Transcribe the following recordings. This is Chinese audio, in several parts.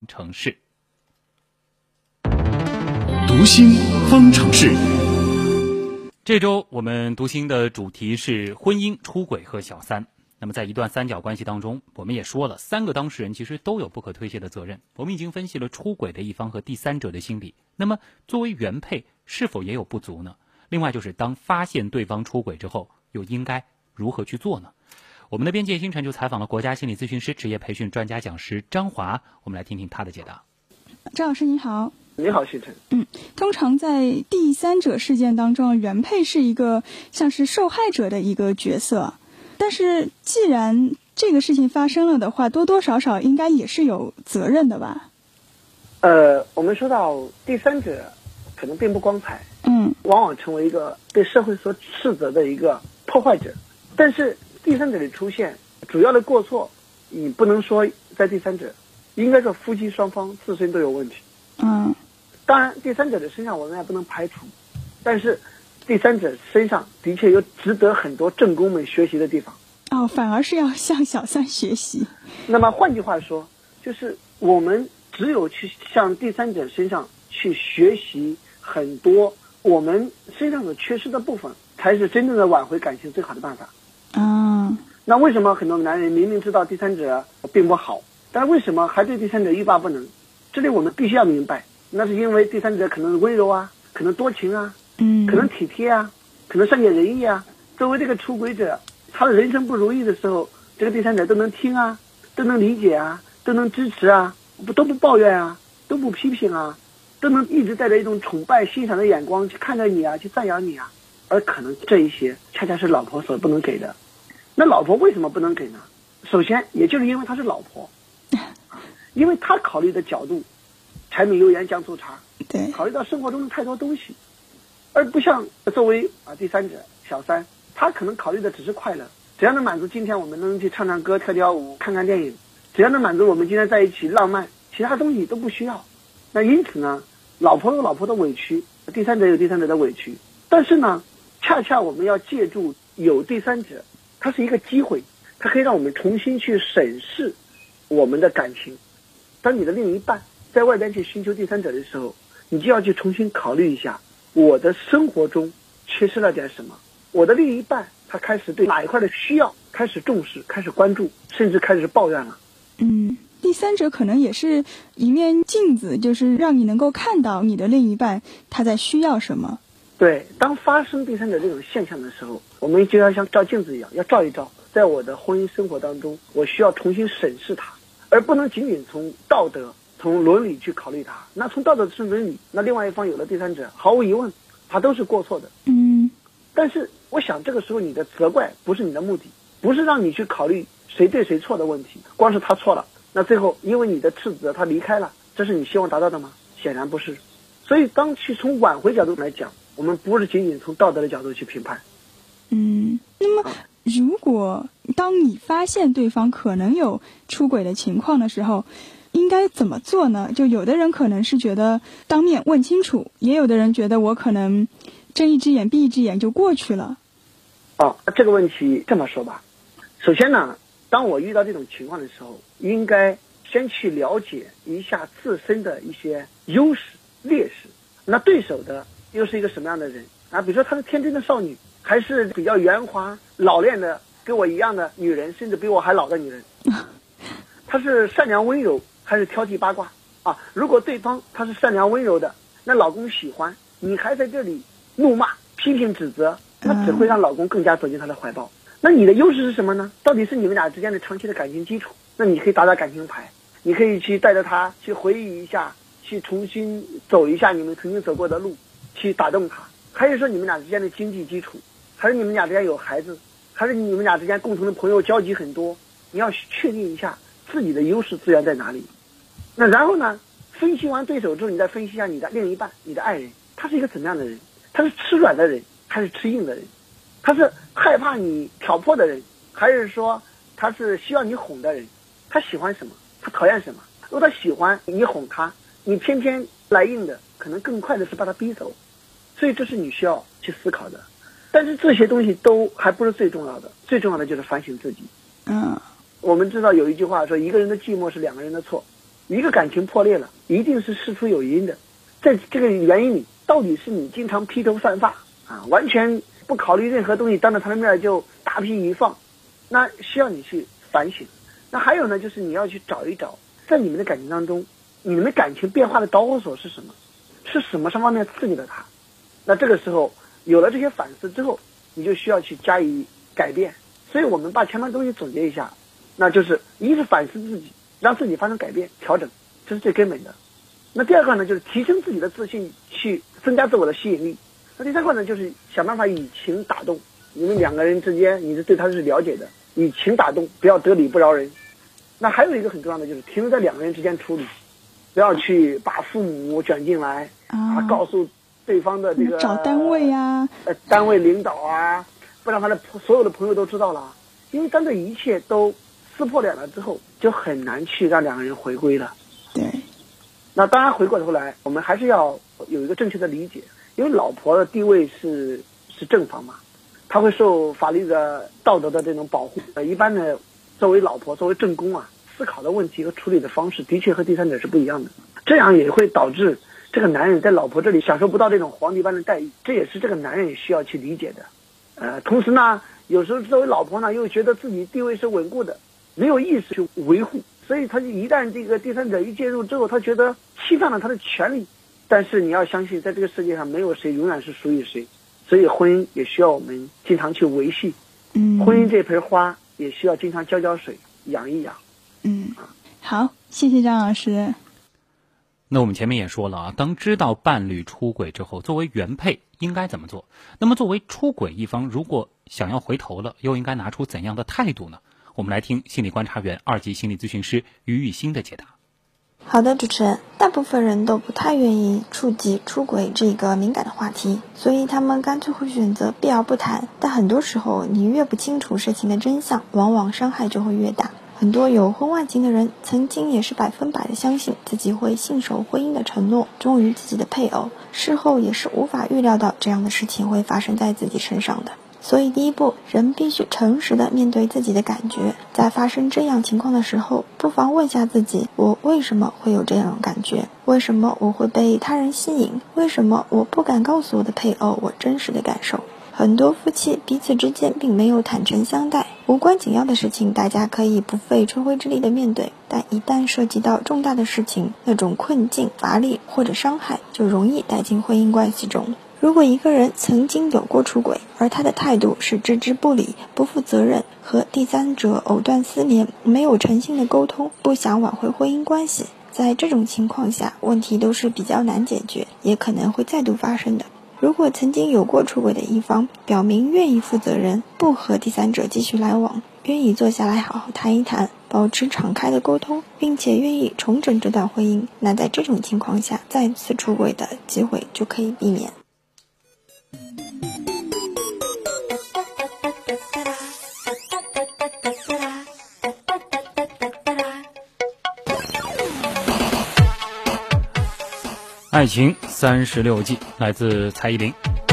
城市。 读心方程式。 这周我们读心的主题是婚姻、出轨和小三。那么在一段三角关系当中，我们也说了，三个当事人其实都有不可推卸的责任。我们已经分析了出轨的一方和第三者的心理，那么作为原配是否也有不足呢？另外就是当发现对方出轨之后，又应该如何去做呢？我们的编辑星辰就采访了国家心理咨询师、职业培训专家讲师张华，我们来听听他的解答。 张老师你好。 你好，星辰。 通常在第三者事件当中，原配是一个像是受害者的一个角色，但是既然这个事情发生了的话，多多少少应该也是有责任的吧？ 我们说到第三者可能并不光彩，往往成为一个被社会所斥责的一个破坏者。但是第三者的出现，主要的过错，你不能说在第三者，应该说夫妻双方自身都有问题。当然第三者的身上我们也不能排除，但是第三者身上的确有值得很多正宫们学习的地方。 反而是要向小三学习。 那么换句话说，就是我们只有去向第三者身上去学习很多我们身上所缺失的部分，才是真正的挽回感情最好的办法。那为什么很多男人明明知道第三者并不好，但是为什么还对第三者欲罢不能？这里我们必须要明白，那是因为第三者可能温柔啊，可能多情啊，可能体贴啊，可能善解人意啊。作为这个出轨者，他的人生不如意的时候，这个第三者都能听啊，都能理解啊，都能支持啊，都不抱怨啊，都不批评啊，都能一直带着一种崇拜欣赏的眼光去看着你啊，去赞扬你啊。而可能这一些恰恰是老婆所不能给的。那老婆为什么不能给呢？首先也就是因为她是老婆，因为她考虑的角度柴米油盐酱醋茶，考虑到生活中的太多东西，而不像作为第三者小三，他可能考虑的只是快乐，只要能满足今天我们能去唱唱歌、跳跳舞、看看电影，只要能满足我们今天在一起浪漫，其他东西都不需要。那因此呢，老婆有老婆的委屈，第三者有第三者的委屈，但是呢，恰恰我们要借助有第三者，它是一个机会，它可以让我们重新去审视我们的感情。当你的另一半在外边去寻求第三者的时候，你就要去重新考虑一下，我的生活中缺失了点什么，我的另一半他开始对哪一块的需要开始重视，开始关注，甚至开始抱怨了。 第三者可能也是一面镜子，就是让你能够看到你的另一半他在需要什么。 对，当发生第三者这种现象的时候，我们就要像照镜子一样，要照一照，在我的婚姻生活当中，我需要重新审视它，而不能仅仅从道德、从伦理去考虑它。那从道德从伦理，那另外一方有了第三者，毫无疑问，他都是过错的。但是我想这个时候你的责怪不是你的目的，不是让你去考虑谁对谁错的问题，光是他错了，那最后因为你的斥责他离开了，这是你希望达到的吗？显然不是。所以当去从挽回角度来讲，我们不是仅仅从道德的角度去评判。 那么如果当你发现对方可能有出轨的情况的时候，应该怎么做呢？就有的人可能是觉得当面问清楚，也有的人觉得我可能睁一只眼闭一只眼就过去了。 这个问题这么说吧，首先呢，当我遇到这种情况的时候，应该先去了解一下自身的一些优势、劣势。那对手的又是一个什么样的人啊？比如说她是天真的少女，还是比较圆滑老练的跟我一样的女人，甚至比我还老的女人。她是善良温柔还是挑剔八卦啊？如果对方她是善良温柔的，那老公喜欢，你还在这里怒骂批评指责，那只会让老公更加走进他的怀抱。那你的优势是什么呢？到底是你们俩之间的长期的感情基础，那你可以打打感情牌，你可以去带着他去回忆一下，去重新走一下你们曾经走过的路，去打动他。还是说你们俩之间的经济基础，还是你们俩之间有孩子，还是你们俩之间共同的朋友交集很多，你要确定一下自己的优势资源在哪里。那然后呢，分析完对手之后，你再分析一下你的另一半，你的爱人，他是一个怎么样的人？他是吃软的人还是吃硬的人？他是害怕你挑拨的人，还是说他是需要你哄的人？他喜欢什么？他讨厌什么？如果他喜欢你哄他，你偏偏来硬的，可能更快的是把他逼走。所以这是你需要去思考的。但是这些东西都还不是最重要的，最重要的就是反省自己。我们知道有一句话说，一个人的寂寞是两个人的错。 一个感情破裂了，一定是事出有因的。在这个原因里，到底是你经常披头散发啊，完全不考虑任何东西，当着他的面就大批一放，那需要你去反省。那还有呢，就是你要去找一找，在你们的感情当中，你们感情变化的导火索是什么？是什么方面刺激了他？那这个时候有了这些反思之后，你就需要去加以改变。所以我们把前面东西总结一下，那就是一是反思自己，让自己发生改变调整，这是最根本的。那第二个呢，就是提升自己的自信，去增加自我的吸引力。那第三个呢，就是想办法以情打动。你们两个人之间，你是对他是了解的，以情打动，不要得理不饶人。那还有一个很重要的，就是停留在两个人之间处理，不要去把父母卷进来告诉对方的这个找单位啊， 单位领导啊，不让他的所有的朋友都知道了，因为当这一切都撕破脸了之后，就很难去让两个人回归了。 对。 那当然回过头来，我们还是要有一个正确的理解，因为老婆的地位是正房嘛，她会受法律的道德的这种保护。一般呢，作为老婆，作为正宫啊，思考的问题和处理的方式的确和第三者是不一样的，这样也会导致这个男人在老婆这里享受不到这种皇帝般的待遇，这也是这个男人也需要去理解的。同时呢，有时候作为老婆呢，又觉得自己地位是稳固的，没有意识去维护，所以他就一旦这个第三者一介入之后，他觉得侵犯了他的权利。但是你要相信，在这个世界上没有谁永远是属于谁，所以婚姻也需要我们经常去维系。婚姻这盆花也需要经常浇水，养一养。 好，谢谢张老师。 那我们前面也说了啊，当知道伴侣出轨之后，作为原配应该怎么做？那么作为出轨一方，如果想要回头了，又应该拿出怎样的态度呢？我们来听心理观察员、2级心理咨询师于玉欣的解答。 好的，主持人，大部分人都不太愿意触及出轨这个敏感的话题，所以他们干脆会选择避而不谈。但很多时候，你越不清楚事情的真相，往往伤害就会越大。很多有婚外情的人曾经也是100%的相信自己会信守婚姻的承诺，忠于自己的配偶，事后也是无法预料到这样的事情会发生在自己身上的。所以第一步，人必须诚实的面对自己的感觉，在发生这样情况的时候，不妨问下自己，我为什么会有这样的感觉？为什么我会被他人吸引？为什么我不敢告诉我的配偶我真实的感受？很多夫妻彼此之间并没有坦诚相待，无关紧要的事情大家可以不费吹灰之力的面对，但一旦涉及到重大的事情，那种困境、乏力或者伤害就容易带进婚姻关系中。如果一个人曾经有过出轨，而他的态度是置之不理、不负责任，和第三者藕断丝连，没有诚信的沟通，不想挽回婚姻关系，在这种情况下，问题都是比较难解决，也可能会再度发生的。如果曾经有过出轨的一方表明愿意负责任，不和第三者继续来往，愿意坐下来好好谈一谈，保持敞开的沟通，并且愿意重整这段婚姻，那在这种情况下，再次出轨的机会就可以避免。 爱情36计，来自蔡依林。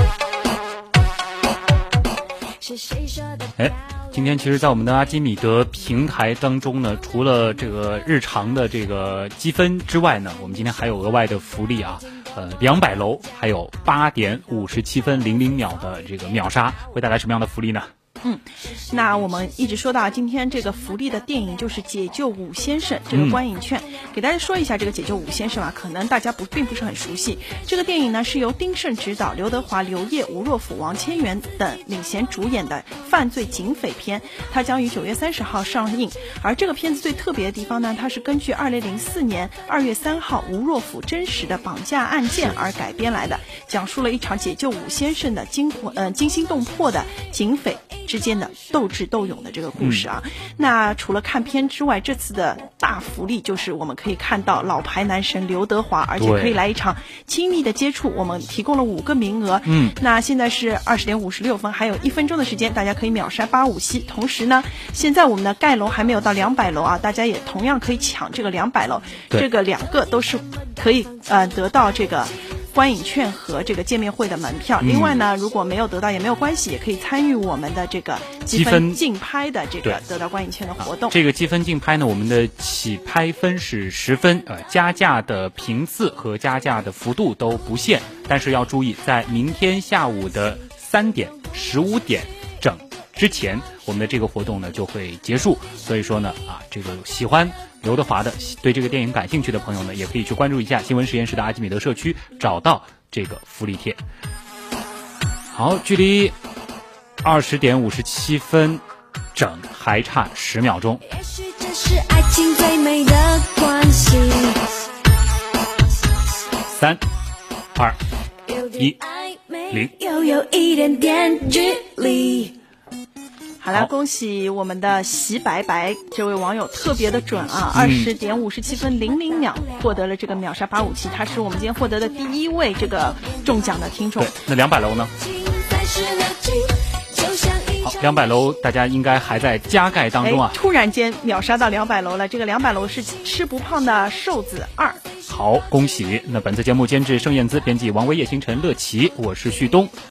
今天其实在我们的阿基米德平台当中呢，除了这个日常的这个积分之外呢，我们今天还有额外的福利啊，200楼还有8点57分00秒的这个秒杀，会带来什么样的福利呢？ 那我们一直说到今天这个福利的电影就是《解救武先生》这个观影券，给大家说一下这个《解救武先生》啊，可能大家并不是很熟悉。这个电影呢是由丁晟执导，刘德华、刘烨、吴若甫、王千源等领衔主演的犯罪警匪片，它将于9月30号上映。而这个片子最特别的地方呢，它是根据2004年2月3号吴若甫真实的绑架案件而改编来的，讲述了一场解救武先生的惊心动魄的警匪之间的斗智斗勇的这个故事啊。那除了看片之外，这次的大福利就是我们可以看到老牌男神刘德华，而且可以来一场亲密的接触，我们提供了5个名额。那现在是20点56分，还有1分钟的时间，大家可以秒杀857。同时呢，现在我们的盖楼还没有到200楼啊，大家也同样可以抢这个200楼，这个2个都是可以得到这个观影券和这个见面会的门票。另外呢，如果没有得到也没有关系，也可以参与我们的这个积分竞拍的这个得到观影券的活动。 这个积分竞拍呢，我们的起拍分是10分，加价的频次和加价的幅度都不限，但是要注意，在明天下午的3点、15点整之前，我们的这个活动呢就会结束。所以说呢，这个喜欢刘德华的，对这个电影感兴趣的朋友呢，也可以去关注一下新闻实验室的阿基米德社区，找到这个福利贴。好，距离20点57分整还差10秒钟。 也许这是爱情最美的关系。 3、2、1，0， 又有一点点距离。 好了，恭喜我们的席白白这位网友特别的准啊，20点57分00秒获得了这个秒杀857，他是我们今天获得的第1位这个中奖的听众。 对，那200楼呢？好，200楼大家应该还在加盖当中啊！ 突然间秒杀到200楼了，这个200楼是吃不胖的瘦子2。 好，恭喜！那本次节目监制盛燕姿，编辑王维、叶星辰、乐琪，我是旭东。